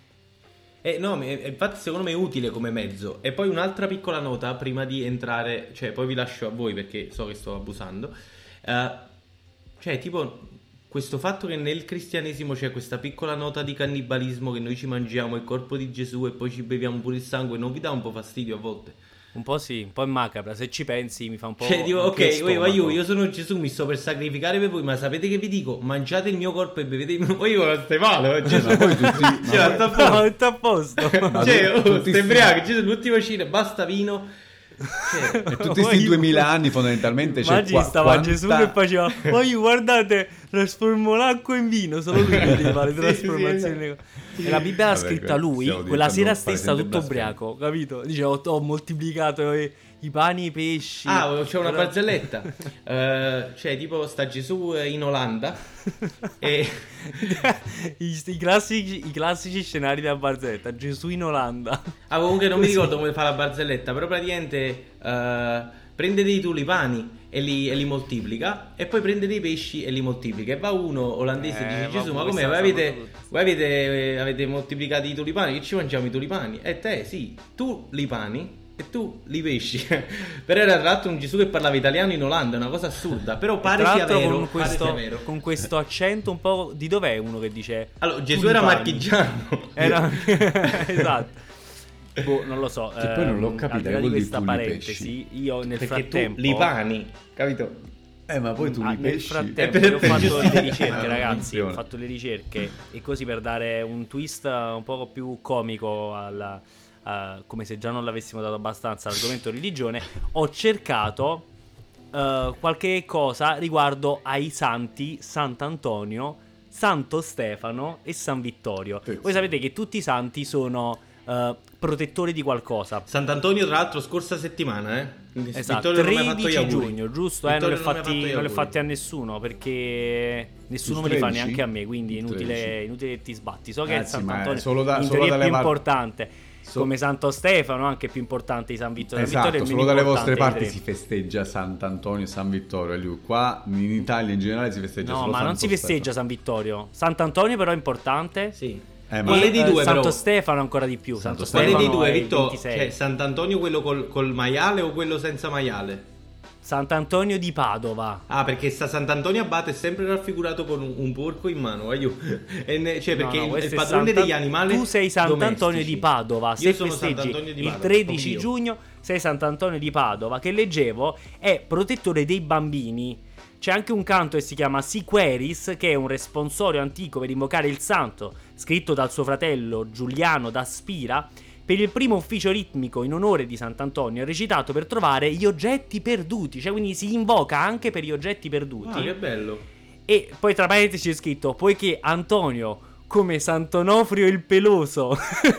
Eh, no, me- infatti secondo me è utile come mezzo. E poi un'altra piccola nota prima di entrare, cioè poi vi lascio a voi perché so che sto abusando. Eh, cioè, tipo, questo fatto che nel cristianesimo c'è questa piccola nota di cannibalismo, che noi ci mangiamo il corpo di Gesù e poi ci beviamo pure il sangue, non vi dà un po' fastidio a volte? Un po' sì, un po' è macabra, se ci pensi mi fa un po'... Cioè, dico, anche ok, voi, stomaco. io, io sono Gesù, mi sto per sacrificare per voi, ma sapete che vi dico? Mangiate il mio corpo e bevete il mio... Poi io stai male, oh, Gesù. Ma poi tutti- ma Cioè, poi- sta a No, posto. è a posto. Ma Cioè, tu- oh, tutti stai sti- ubriaco, Gesù, l'ultima cena, basta vino. Cioè, E tutti Poi- questi duemila anni fondamentalmente c'è Immagini qua- stava quanta- Gesù che faceva poi guardate trasformo l'acqua in vino, solo lui vedeva le Sì, trasformazioni. E la Bibbia l'ha Vabbè, scritta lui stiamo quella sera diventando stessa tutto palese ubriaco, capito? Dice ho, ho moltiplicato i, i pani e i pesci. ah, c'è una Però- barzelletta. Eh, cioè, tipo, sta Gesù in Olanda e... I, i classici, I classici scenari della barzelletta. Gesù in Olanda. Ah, comunque non mi ricordo come fa la barzelletta, però praticamente eh, prende dei tulipani e li, e li moltiplica, e poi prende dei pesci e li moltiplica. E va uno olandese e Eh, dice: Gesù, vabbè, ma come? questa Voi la avete, sanno tutti. voi avete, avete moltiplicato i tulipani? Che ci mangiamo i tulipani? E te, sì, tu li pani e tu li pesci. Però era tra l'altro un Gesù che parlava italiano in Olanda, è una cosa assurda. Però pare Tra sia l'altro vero. con pare questo, sia vero. con questo accento un po'... Di dov'è uno che dice... Allora, Gesù tulipani? era marchigiano. Era... esatto. Boh, non lo so. Che poi non l'ho ehm, capito, al di là che di vuol dire questa tu li parentesi, io nel Perché frattempo... tu li pani, capito? Eh, ma poi tu Ah, li nel pesci. frattempo Eh, per- io ho per fatto giusto- le ricerche, Ah, ragazzi. Ho funziona. fatto le ricerche e così per dare un twist un po' più comico alla, a- come se già non l'avessimo dato abbastanza all'argomento religione, ho cercato eh, qualche cosa riguardo ai santi Sant'Antonio, Santo Stefano e San Vittorio. Sì. Voi sapete che tutti i santi sono eh, protettori di qualcosa. Sant'Antonio, tra l'altro, scorsa settimana, eh? Quindi Esatto, Vittorio non mi ha fatto gli tredici auguri. giugno, giusto? Eh, non, li ho Vittorio non mi ha fatti, fatto gli non li ho auguri. fatti a nessuno perché nessuno Su me li fa tredici? neanche a me, quindi Su inutile, tredici. inutile che ti sbatti. So che Eh il sì, ma è Sant'Antonio solo da- in solo teoria è dalle più var- importante, So- come Santo Stefano, anche più importante di San Vittorio. San Vittorio Esatto, è solo meno dalle vostre importante parti dei si tre. festeggia Sant'Antonio e San Vittorio. E lui qua in Italia in generale si festeggia No, solo ma Santo non si festeggia Stefano. San Vittorio. Sant'Antonio però è importante. Sì. Eh, ma- Quale E, dei eh, due, Santo però? Stefano ancora di più. Santo Santo Quale Stefano dei due, è il Vittorio? ventisei. Cioè, Sant'Antonio quello col, col maiale o quello senza maiale? Sant'Antonio di Padova. Ah, perché sta Sant'Antonio Abate è sempre raffigurato con un, un porco in mano, aiuto. E ne- cioè, perché No, no, il- questo il è padrone Santa- degli animali Tu sei Sant'Antonio domestici. di Padova. Io Se sono festeggi Sant'Antonio di il Padova, tredici proprio io. giugno, sei Sant'Antonio di Padova. Che leggevo è protettore dei bambini. C'è anche un canto che si chiama Siqueris, che è un responsorio antico per invocare il santo, scritto dal suo fratello Giuliano da Spira. Per il primo ufficio ritmico in onore di Sant'Antonio è recitato per trovare gli oggetti perduti. Cioè, quindi si invoca anche per gli oggetti perduti. Ah, che bello. E poi tra parentesi c'è scritto: poiché Antonio, come Sant'Onofrio il Peloso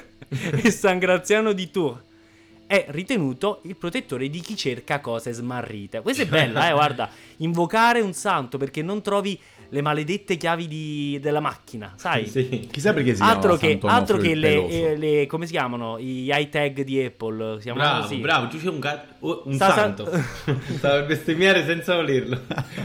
e San Graziano di Tours, è ritenuto il protettore di chi cerca cose smarrite. Questa è bella, eh, guarda, invocare un santo perché non trovi le maledette chiavi di- della macchina, sai? Sì. Chissà perché si Altro chiama che, Sant'Onofrio altro che il le, Peloso. eh, le- come si chiamano? Gli iTag di Apple, si chiamano Bravo, così. bravo, tu c'è un, gat- oh, un Sta- santo. Stava per bestemmiare senza volerlo.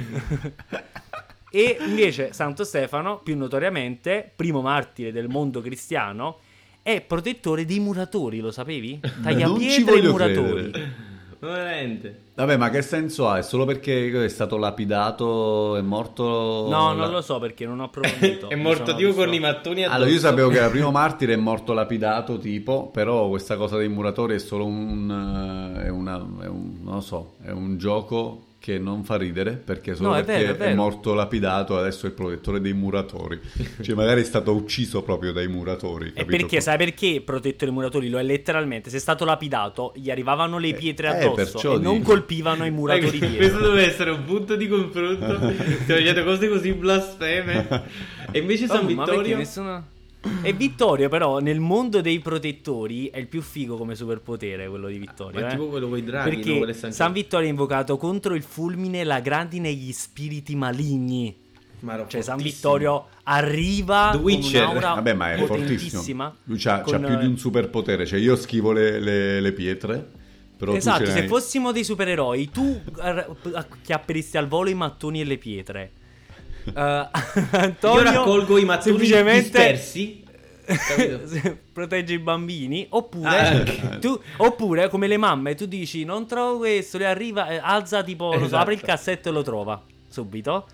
E invece Santo Stefano, più notoriamente, primo martire del mondo cristiano, è protettore dei muratori, lo sapevi? Non ci Tagliapietre e voglio muratori. credere. Veramente. Vabbè, ma che senso ha? È solo perché è stato lapidato, è morto... No, la- non lo so perché non ho approfondito. È Mi morto sono tipo visto- con i mattoni addosso. Allora, io sapevo che era primo martire è morto lapidato, tipo, però questa cosa dei muratori è solo un... eh, è una... è un, non lo so, è un gioco che non fa ridere, perché solo No, è perché vero, è vero. morto lapidato adesso è il protettore dei muratori. Cioè, magari è stato ucciso proprio dai muratori, E capito? perché, sai perché protettore dei muratori? Lo è letteralmente. Se è stato lapidato, gli arrivavano le pietre eh, addosso perciò e non dico. colpivano i muratori Ecco, dietro. questo deve essere un punto di confronto. Stiamo dicendo cose così blasfeme. E invece San Oh, ma perché Vittorio? nessuno... E Vittorio però nel mondo dei protettori è il più figo come superpotere quello di Vittorio, Ma eh? tipo quello con i draghi, no? Perché Quelle San San Vittorio è invocato contro il fulmine, la grandine e gli spiriti maligni. Ma era Cioè San fortissimo. Vittorio arriva The con Witcher. un'aura Vabbè, ma è fortissimo. potentissima. Lui c'ha, c'ha con, più di eh, un superpotere. Cioè, io schivo le, le- le pietre, però tu Esatto, ce se n'hai- fossimo dei supereroi, tu eh, acchiapperesti al volo i mattoni e le pietre. Eh, Antonio Io raccolgo i mattoni semplicemente dispersi. Capito? protegge i bambini. Oppure, Ah, ok. tu, oppure come le mamme, tu dici non trovo questo, le arriva, eh, alza tipo, non so, Esatto. apre il cassetto e lo trova subito.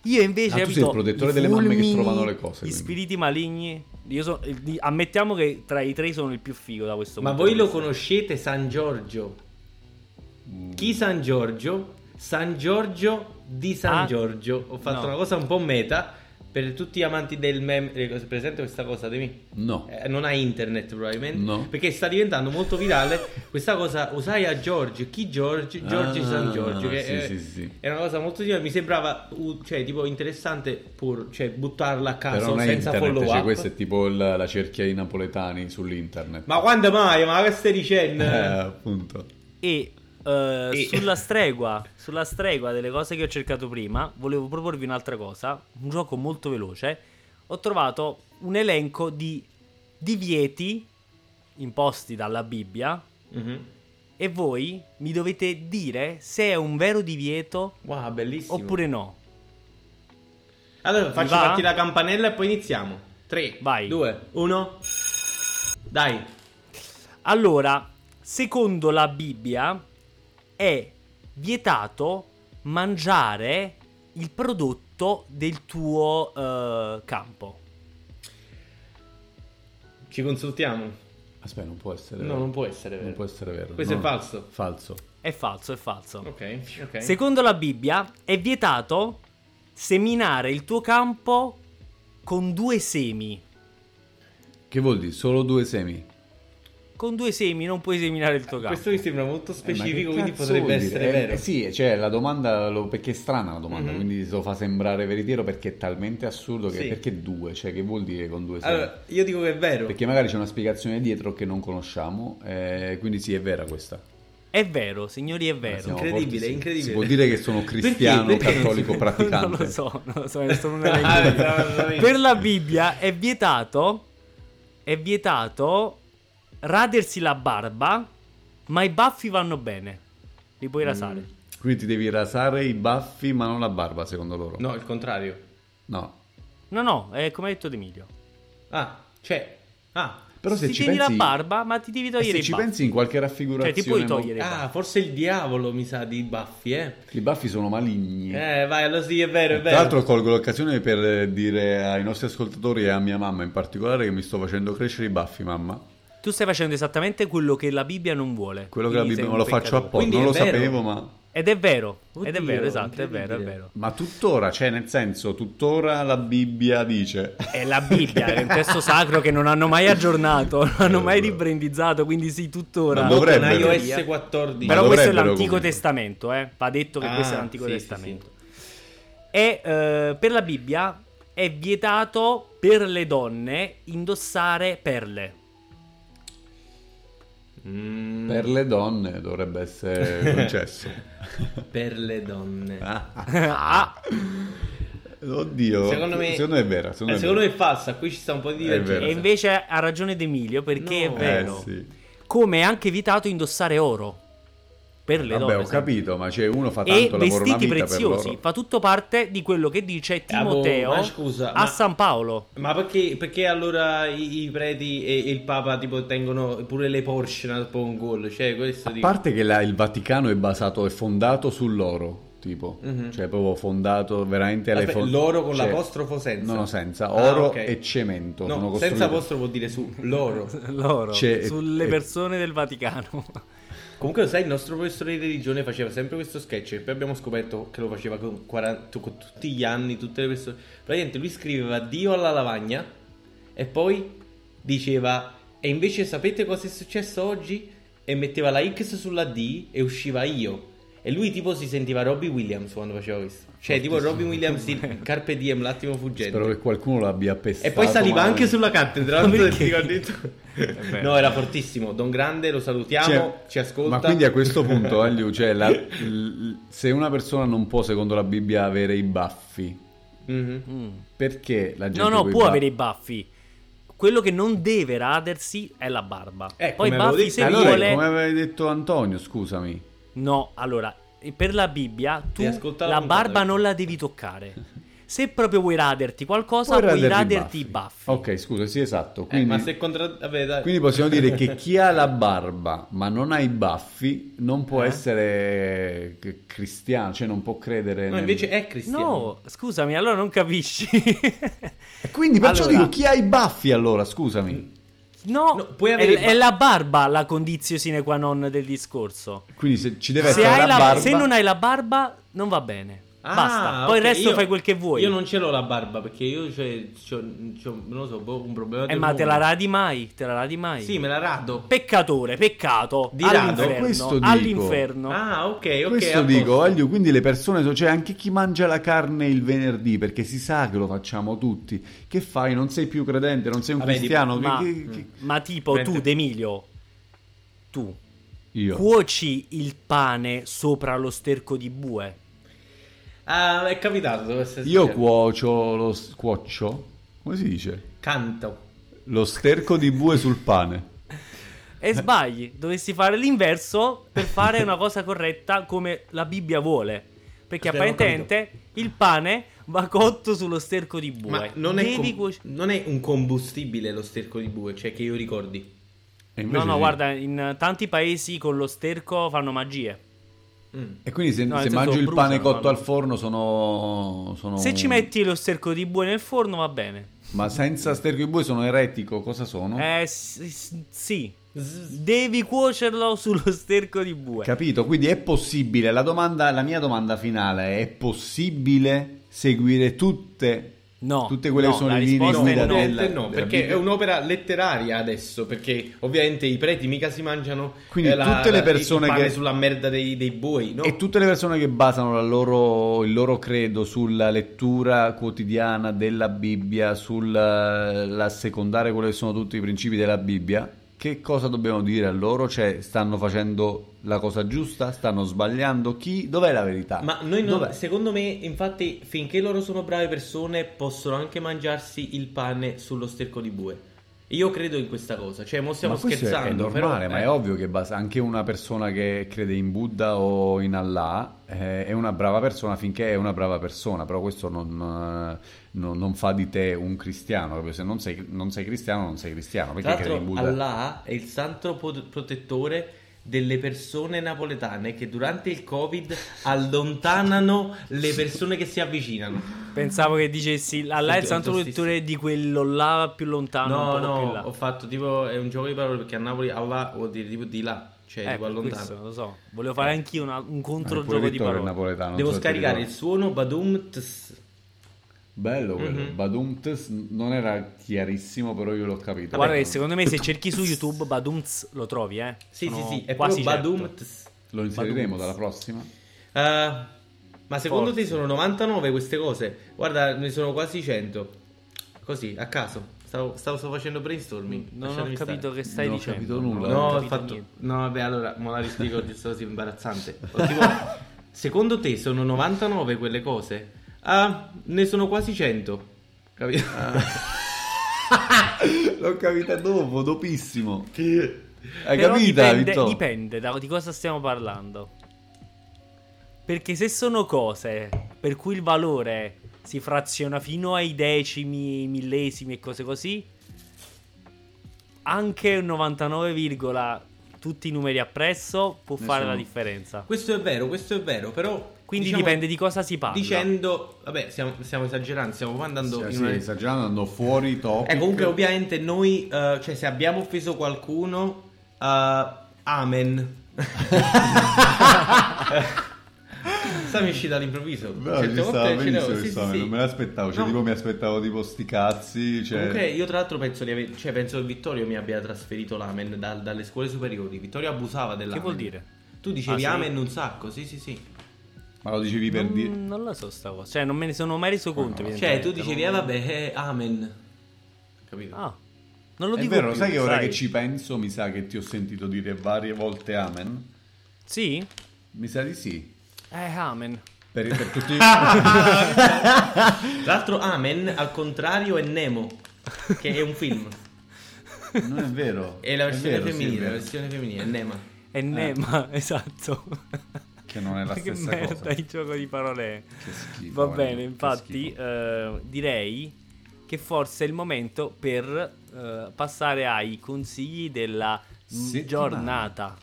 Io invece, Ah, tu capito, sei il protettore i delle mamme che fulmini, trovano le cose, gli quindi. spiriti maligni. Io so, di- ammettiamo che tra i tre sono il più figo da questo Ma punto voi di lo vista. conoscete San Giorgio? Chi San Giorgio? San Giorgio di San Ah, Giorgio. Ho fatto no. una cosa un po' meta per tutti gli amanti del meme. eh, Presente questa cosa, Demi? No. Eh, non hai internet probabilmente. No. Perché sta diventando molto virale questa cosa. Usai a Giorgio. Chi Giorgio? Giorgio Ah, San Giorgio. Che sì, è, sì, sì. è una cosa molto diversa. Mi sembrava uh, cioè, tipo interessante pur, cioè, buttarla a Però caso non è senza internet, follow cioè up. questa è tipo la, la cerchia di napoletani sull'internet. Ma quando mai? Ma che stai dicendo? Eh, appunto. E eh, E- sulla stregua, sulla stregua delle cose che ho cercato prima, volevo proporvi un'altra cosa, un gioco molto veloce. Ho trovato un elenco di divieti imposti dalla Bibbia Mhm. e voi mi dovete dire se è un vero divieto Wow, bellissimo. oppure no. Allora faccio va? partire la campanella e poi iniziamo. tre, Vai. due, uno. Dai. Allora, secondo la Bibbia è vietato mangiare il prodotto del tuo eh, campo. Ci consultiamo. Aspetta, non può essere No, vero. non può essere vero. Non può essere vero. Questo No. è falso. Falso. È falso, è falso. Ok, ok. Secondo la Bibbia è vietato seminare il tuo campo con due semi. Che vuol dire? Solo due semi? Con due semi non puoi seminare il tuo campo. Questo mi sembra molto Eh, ma specifico, che quindi cazzo potrebbe vuol dire? essere Eh, vero. eh, sì, cioè la domanda, lo- perché è strana la domanda, Mhm. quindi se lo fa sembrare veritiero perché è talmente assurdo che Sì. perché due? Cioè che vuol dire con due semi? Allora, io dico che è vero. Perché magari c'è una spiegazione dietro che non conosciamo, eh, quindi sì, è vera questa. È vero, signori, è vero. Siamo Incredibile, forti, sì. incredibile. Si può dire che sono cristiano, Perché? Perché? cattolico, praticante. Non lo so, non lo so, è solo un Ah, elenco. veramente. Per la Bibbia è vietato è vietato radersi la barba, ma i baffi vanno bene. Li puoi rasare. Quindi ti devi rasare i baffi ma non la barba, secondo loro. No, il contrario. No. No, no, è come ha detto Emilio. Ah, cioè. Ah. Però se ti ci tieni pensi, la barba, ma ti devi eh, togliere se i ci baffi. pensi in qualche Cioè, raffigurazione, ti puoi mo- togliere i baffi. Ah, forse il diavolo mi sa di baffi, eh. i baffi sono maligni. Eh, vai, allora sì, è vero, è Tra vero. l'altro colgo l'occasione per dire ai nostri ascoltatori e a mia mamma in particolare che mi sto facendo crescere i baffi, mamma. Tu stai facendo esattamente quello che la Bibbia non vuole. Quello che la Quindi Bibbia sei me un lo faccio peccatore. apposta, Quindi non lo è vero. sapevo, ma... Ed è vero, ed è Oddio, vero, esatto, è vero, è incredibile. vero. ma tuttora, cioè nel senso, tuttora la Bibbia dice... È la Bibbia, è un testo sacro che non hanno mai aggiornato, non hanno mai ribrandizzato, quindi sì, tuttora. Ma Con dovrebbero. iOS quattordici. Però Ma questo è dovrebbero l'Antico comunque. Testamento, eh. Va detto che Ah, questo è l'Antico sì, sì, Testamento. E eh, per la Bibbia è vietato per le donne indossare perle. Mm, Per le donne dovrebbe essere concesso. per le donne. Ah, Oddio, Secondo me, secondo me è vera. Secondo, eh, me è secondo vera. me è falsa. Qui ci sta un po' di È vero. divergenza. e invece ha ragione D'Emilio perché No. è vero. Eh, sì. Come è anche vietato indossare oro per le Vabbè, donne. ho sempre. capito, ma cioè uno fa E tanto lavoro una vestiti vita preziosi, per loro. fa tutto parte di quello che dice Ah, boh, Timoteo ma scusa, a ma- San Paolo. Ma perché, perché allora i, i preti e, e il Papa tipo tengono pure le Porsche nel un gol? Cioè, questo A dico. parte che la- il Vaticano è basato, è fondato sull'oro, tipo, Mhm. cioè proprio fondato veramente alle Aspetta, fon- l'oro con cioè- l'apostrofo senza? No, no, senza. Ah, Oro ok. e cemento. No, sono senza costruite- apostrofo vuol dire su, l'oro. Loro, C'è- sulle eh, persone del Vaticano. Comunque lo sai, il nostro professore di religione faceva sempre questo sketch e poi abbiamo scoperto che lo faceva con, quaranta, con tutti gli anni, tutte le persone. Praticamente lui scriveva Dio alla lavagna e poi diceva e invece sapete cosa è successo oggi? E metteva la X sulla D e usciva io. E lui tipo si sentiva Robbie Williams quando faceva questo. Cioè tipo Robbie Williams di Carpe Diem, l'attimo fuggente. Spero che qualcuno l'abbia appestato. E poi saliva ma- anche sulla cattedra. Ma non so se perché? ti ricordi tu. vero. No, era fortissimo. Don Grande, lo salutiamo, Cioè, ci ascolta. Ma quindi a questo punto, Agliu, cioè, la- l- se una persona non può, secondo la Bibbia, avere i baffi, Mhm. Mm. perché la gente No, no, coi può ba- avere i baffi. Quello che non deve radersi è la barba. Eh, Poi i come avevo baffi detto- se Allora, vuole. come aveva detto Antonio, scusami. No, allora, per la Bibbia tu Devi ascoltare la la puntata, barba ecco. non la devi toccare. Se proprio vuoi raderti qualcosa, Puoi puoi raderti i raderti i baffi. Ok, scusa, sì, esatto. Eh, Quindi, ma se contra... Vabbè, dai. quindi possiamo dire che chi ha la barba ma non ha i baffi non può Eh? essere c- cristiano, cioè non può credere No, nel- invece è cristiano. No, scusami, allora non capisci. E quindi perciò Allora- dico chi ha i baffi allora, scusami. No, No, puoi è, avere- è la barba la condizio sine qua non del discorso. Quindi se ci deve Se, essere hai la la- barba. se non hai la barba, non va bene. Ah, Basta. Poi ok, il resto io- fai quel che vuoi. Io non ce l'ho la barba perché io cioè, c'ho, c'ho, non lo so, boh, un problema Eh, del ma te la mondo. radi mai? Te la radi mai? Sì, me la rado. Peccatore, peccato. Di rado, all'inferno. questo dico. All'inferno. Ah, ok, ok. Questo a dico, posto. Aglio, quindi le persone, cioè anche chi mangia la carne il venerdì, perché si sa che lo facciamo tutti, che fai? Non sei più credente, non sei un Vabbè, di- cristiano? Che- ma, che- che- ma tipo Prende- tu, D'Emilio, tu Io. cuoci il pane sopra lo sterco di bue? Ah, è capitato, deve essere Io sincero. cuocio lo s- cuocio, come si dice? Canto. Lo sterco di bue sul pane. E sbagli, dovresti fare l'inverso per fare una cosa corretta come la Bibbia vuole. Perché Aspetta, non ho apparentemente il pane va cotto sullo sterco di bue. Ma non è, Devi com- cuoci- non è un combustibile lo sterco di bue, cioè che io ricordi. E No, invece no, sì. guarda, in tanti paesi con lo sterco fanno magie. Mm. E quindi se, No, nel se senso mangio il bruciano, pane cotto no? al forno sono, sono Se un- ci metti lo sterco di bue nel forno va bene. Ma senza sterco di bue sono eretico, cosa sono? Eh s- s- sì, devi cuocerlo sullo sterco di bue. Capito? Quindi è possibile, la domanda, la mia domanda finale è: è possibile seguire tutte, No, tutte quelle no, che sono la le linee risposta è guida no. della, Ovviamente no, della perché Bibbia? è un'opera letteraria adesso, perché ovviamente i preti mica si mangiano Quindi eh, la- tutte le la- persone il pane che- sulla merda dei, dei buoi, no? E tutte le persone che basano la loro- il loro credo sulla lettura quotidiana della Bibbia, sull'assecondare quelli che sono tutti i principi della Bibbia, che cosa dobbiamo dire a loro? Cioè, stanno facendo la cosa giusta? Stanno sbagliando? Chi? Dov'è la verità? Ma noi non- Dov'è? secondo me, infatti, finché loro sono brave persone, possono anche mangiarsi il pane sullo sterco di bue. Io credo in questa cosa, cioè, mo stiamo Ma questo è- scherzando, è normale, però, ma eh, è ovvio che basta. Anche una persona che crede in Buddha o in Allah eh, è una brava persona finché è una brava persona, però questo non, eh, non- non fa di te un cristiano, proprio se non sei, non sei cristiano non sei cristiano, perché Tra credi in l'altro, Buddha. Allah è il santo po- protettore delle persone napoletane che durante il Covid allontanano le persone che si avvicinano. Pensavo che dicessi Allah è il Sì, santo sì, sì, protettore di quello là più lontano, No, un po' più no, là. ho fatto tipo, è un gioco di parole perché a Napoli Allah vuol dire tipo di là, cioè Eh, tipo per allontano. questo, lo so. Volevo fare anch'io una- un Eh, controgioco pure di Vittorio è parole. napoletano, non Devo so se ti scaricare il ricordi. suono Badum ts. Bello quello, Mhm. Badum ts, non era chiarissimo, però io l'ho capito. Guarda che secondo me se cerchi su YouTube Badumz lo trovi, eh. Sì, Sono sì, sì, è quasi proprio certo. Badum ts. Lo inseriremo Badum. dalla prossima? Eh, ma secondo Forse. te sono novantanove queste cose? Guarda, ne sono quasi cento. Così, a caso. Stavo, stavo, stavo facendo brainstorming. Non ho lasciatemi capito stare. che stai Non ho dicendo. capito nulla. Non No, ho ho capito fatto... niente. No, vabbè, allora, me la rispiego giusto così imbarazzante. Ho tipo, secondo te sono novantanove quelle cose? Ah, ne sono quasi cento. Capito? L'ho capita dopo, dopissimo. Hai Però capita, dipende, Vittorio? dipende da di cosa stiamo parlando. Perché se sono cose per cui il valore si fraziona fino ai decimi, millesimi e cose così, anche un novantanove, tutti i numeri appresso può fare Nessuno. la differenza. Questo è vero, questo è vero, però... Quindi diciamo, dipende di cosa si parla. Dicendo... Vabbè, stiamo, stiamo esagerando, stiamo proprio andando Sì, in sì, una... esagerando, andando fuori topic. Eh, comunque ovviamente noi, eh, cioè se abbiamo offeso qualcuno, eh, amen. Sta mi uscita all'improvviso. Però Certe ci volte stava ce benissimo l'avevo, che sì, stava, sì, non sì. me l'aspettavo, cioè No. tipo mi aspettavo tipo sti cazzi, cioè... Comunque io tra l'altro penso di aver, cioè penso che Vittorio mi abbia trasferito l'amen da- dalle scuole superiori. Vittorio abusava dell'amen. Che vuol dire? Tu dicevi Ah, sì? amen un sacco, sì sì sì. Ma lo dicevi per Non, dire... non la so sta cosa. Cioè non me ne sono mai reso conto. Cioè tu evidentemente, dicevi eh non- vabbè, eh, amen. Capito? Ah, non lo È dico vero, più, sai che ora che ci penso mi sa che ti ho sentito dire varie volte amen? Sì? Mi sa di sì. Eh, amen. Per, per tutti... Tra l'altro amen al contrario è Nemo, che è un film. Non è vero. È la versione vero, sì, è femminile, la vero. versione femminile, è Nema. È Nema, esatto. che non è la che stessa merda cosa. il gioco di parole. Che schifo. Va guarda, bene, che infatti schifo. eh, direi che forse è il momento per eh, passare ai consigli della Settimana. giornata.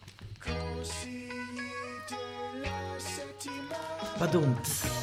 Padum.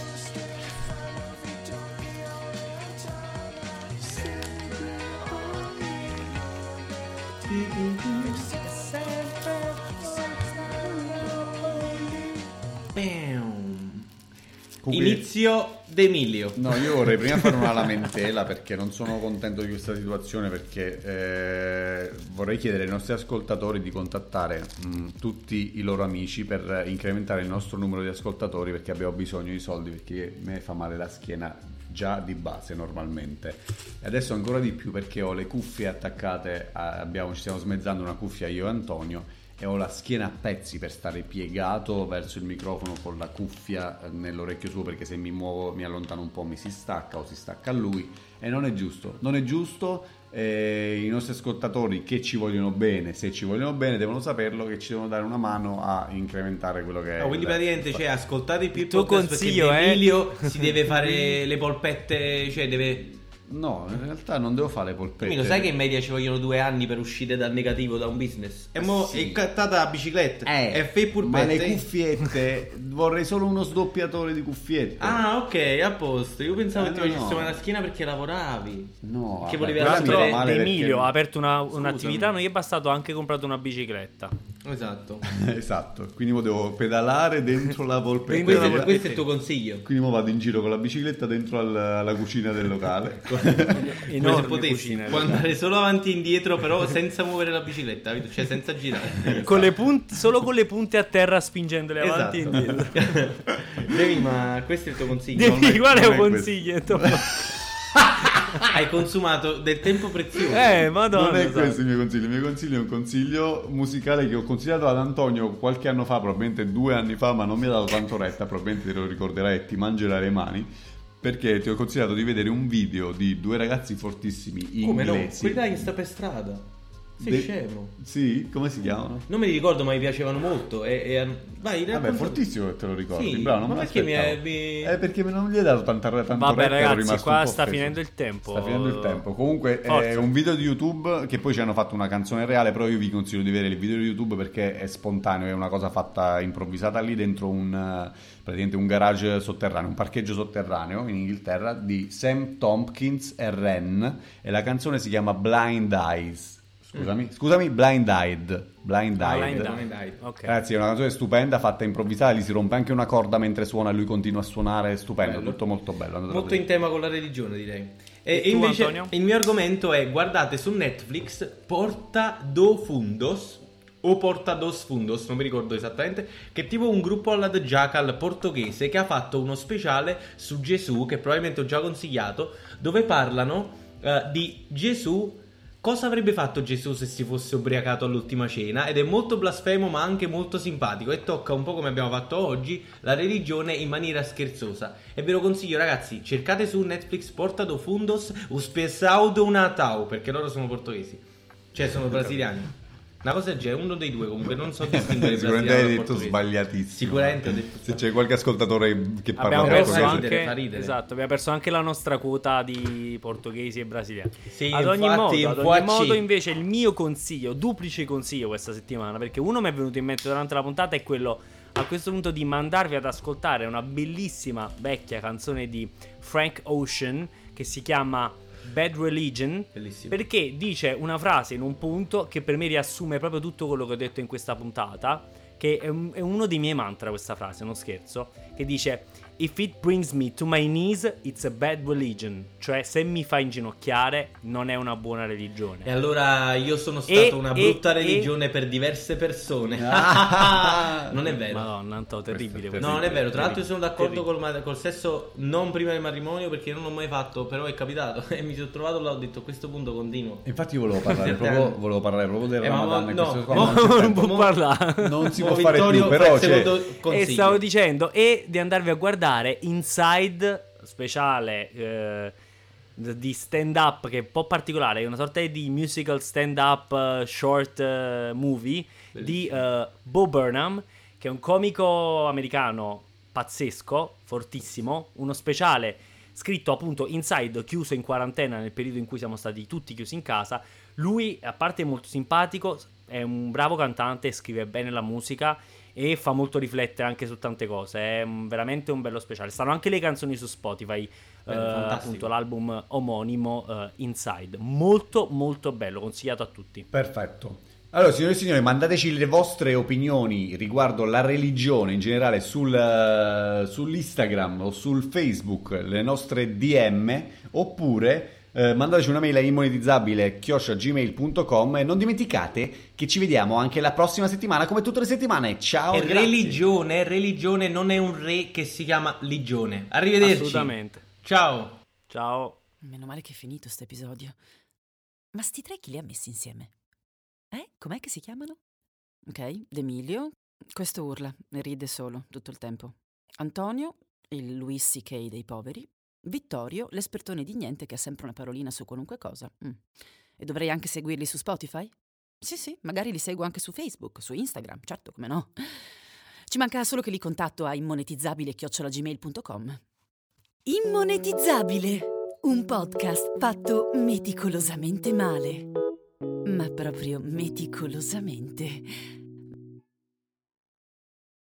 Bam. Comunque- Inizio d'Emilio. No, io vorrei prima fare una lamentela perché non sono contento di questa situazione, perché eh, vorrei chiedere ai nostri ascoltatori di contattare mh, tutti i loro amici per incrementare il nostro numero di ascoltatori, perché abbiamo bisogno di soldi, perché a me fa male la schiena già di base normalmente, e adesso ancora di più perché ho le cuffie attaccate a- abbiamo, ci stiamo smezzando una cuffia io e Antonio, e ho la schiena a pezzi per stare piegato verso il microfono con la cuffia nell'orecchio suo, perché se mi muovo, mi allontano un po', mi si stacca o si stacca a lui, e non è giusto, non è giusto. Eh, i nostri ascoltatori che ci vogliono bene, se ci vogliono bene, devono saperlo che ci devono dare una mano a incrementare quello che è Ah, quindi il- praticamente, cioè, ascoltate più il tuo podcast consiglio perché è- Emilio si deve fare le polpette, cioè deve... No, in realtà non devo fare le polpette. Quindi lo sai che in media ci vogliono due anni per uscire dal negativo da un business? E mo Sì. è cattata la bicicletta. Eh, e fai pur ma le pette. cuffiette vorrei solo uno sdoppiatore di cuffiette. Ah, ok, a posto. Io pensavo Eh, che ti no, facessi no. male alla schiena perché lavoravi. No, Che vabbè, volevi però altro- mi fa Tra male l'altro perché- Emilio ha aperto una, Scusami. un'attività, non gli è bastato, ha anche comprato una bicicletta. Esatto. Esatto, quindi mo devo pedalare dentro la polpetta. Dentro Questo, la è, polpetta. questo è il tuo consiglio. Quindi mo vado in giro con la bicicletta dentro al- alla cucina del locale. Come se Enorme potessi. cucina, Puoi andare solo avanti e indietro, però senza muovere la bicicletta, capito? Cioè senza girare. con le punte, solo con le punte a terra spingendole avanti e Esatto. indietro. Devi, ma questo è il tuo consiglio. Non è- Devi, qual è non un è consiglio? Hai consumato del tempo prezioso. Eh, madonna. Non è sai. questo il mio consiglio, il mio consiglio è un consiglio musicale che ho consigliato ad Antonio qualche anno fa, probabilmente due anni fa, ma non mi ha dato tanto retta, probabilmente te lo ricorderai e ti mangerai le mani, perché ti ho consigliato di vedere un video di due ragazzi fortissimi Come no? inglesi. Quelli là in sta per strada. Sei De- scemo. Sì, come si chiamano? Non me li ricordo, ma mi piacevano molto. E, e vai, Vabbè, racconta- fortissimo che te lo ricordi, Sì, bravo, non ma me perché mi hai- l'aspettavo. mi- Eh, perché non gli hai dato tanta, tanto Vabbè, retta, ero ragazzi, rimasto qua un po' sta offeso. finendo il tempo. Sta finendo il tempo. Comunque Forza. è un video di YouTube che poi ci hanno fatto una canzone reale, però io vi consiglio di vedere il video di YouTube perché è spontaneo, è una cosa fatta improvvisata lì dentro un eh, praticamente un garage sotterraneo, un parcheggio sotterraneo in Inghilterra di Sam Tompkins e Ren, e la canzone si chiama Blind Eyes. Scusami, scusami, Blind Eyed. Blind Ah, Eyed. Blind Blind Eyed. Ok. Ragazzi, è una canzone stupenda, fatta improvvisata, gli si rompe anche una corda mentre suona e lui continua a suonare, è stupendo, Bello. tutto molto bello. andatelo a Molto vedere. in tema con la religione, direi. E, E e tu, invece Antonio? il mio argomento è: guardate su Netflix Porta do Fundos o Porta dos Fundos, non mi ricordo esattamente, che è tipo un gruppo alla The Jackal portoghese che ha fatto uno speciale su Gesù, che probabilmente ho già consigliato, dove parlano eh, di Gesù. Cosa avrebbe fatto Gesù se si fosse ubriacato all'ultima cena? Ed è molto blasfemo ma anche molto simpatico e tocca un po' come abbiamo fatto oggi la religione in maniera scherzosa. E ve lo consiglio, ragazzi, cercate su Netflix Porta do Fundos os Pesau do Natal, perché loro sono portoghesi, cioè sono brasiliani. Una cosa c'è, uno dei due comunque, non so distinguere il Sicuramente brasiliano hai dal detto portoghese. sbagliatissimo. Sicuramente ho detto Se c'è qualche ascoltatore che parla Abbiamo Però perso fa portoghese. ridere, anche fa ridere. esatto, abbiamo perso anche la nostra quota di portoghesi e brasiliani. Sì, ad ogni infatti, modo, ad un po' ogni a modo C. invece il mio consiglio, duplice consiglio questa settimana, perché uno mi è venuto in mente durante la puntata, è quello a questo punto di mandarvi ad ascoltare una bellissima vecchia canzone di Frank Ocean che si chiama Bad Religion, Bellissimo. perché dice una frase in un punto che per me riassume proprio tutto quello che ho detto in questa puntata, che è, un- è uno dei miei mantra questa frase, non scherzo, che dice If it brings me to my knees, it's a bad religion. Cioè, se mi fa inginocchiare, non è una buona religione. E allora io sono stato E- una e- brutta e- religione per diverse persone. Ah. Non è vero. Madonna, Anto, terribile. Questo è questo. No, non è vero. Tra l'altro, io sono d'accordo Terribile. col, ma- col sesso non prima del matrimonio perché non l'ho mai fatto, però è capitato. E mi sono trovato là, ho detto a questo punto continuo. Infatti io volevo parlare proprio, volevo parlare proprio del Eh, ma Ramadan mo- e no, queste cose qua, mo- ma non c'è non tempo. può Mo- parlare. Non si Mo può fare Vittorio più, fa però il c'è... secondo E consiglio. stavo dicendo, e di andarvi a guardare Inside, speciale eh, di stand up che è un po' particolare, è una sorta di musical stand up eh, short eh, movie di eh, Bo Burnham, che è un comico americano pazzesco, fortissimo, uno speciale scritto appunto Inside, chiuso in quarantena nel periodo in cui siamo stati tutti chiusi in casa. Lui, a parte è molto simpatico, è un bravo cantante, scrive bene la musica e fa molto riflettere anche su tante cose. È un, veramente un bello speciale. Stanno anche le canzoni su Spotify, eh, appunto l'album omonimo eh, Inside. Molto molto bello, consigliato a tutti. Perfetto. Allora, signore e signori, mandateci le vostre opinioni riguardo la religione in generale sul, uh, sull'Instagram o sul Facebook, le nostre D M, oppure uh, mandateci una mail a immonetizzabile chiocciola gmail punto com e non dimenticate che ci vediamo anche la prossima settimana, come tutte le settimane. Ciao, è religione, religione, non è un re che si chiama Ligione. Arrivederci. Assolutamente. Ciao. Ciao. Meno male che è finito sto episodio. Ma sti tre chi li ha messi insieme? Eh? Com'è che si chiamano? Ok, D'Emilio, questo urla e ride solo tutto il tempo. Antonio, il Louis C K dei poveri. Vittorio, l'espertone di niente che ha sempre una parolina su qualunque cosa. Mm. E dovrei anche seguirli su Spotify? Sì, sì, magari li seguo anche su Facebook, su Instagram, certo, come no. Ci manca solo che li contatto a immonetizzabile chiocciola gmail punto com. Immonetizzabile, un podcast fatto meticolosamente male. Ma proprio meticolosamente.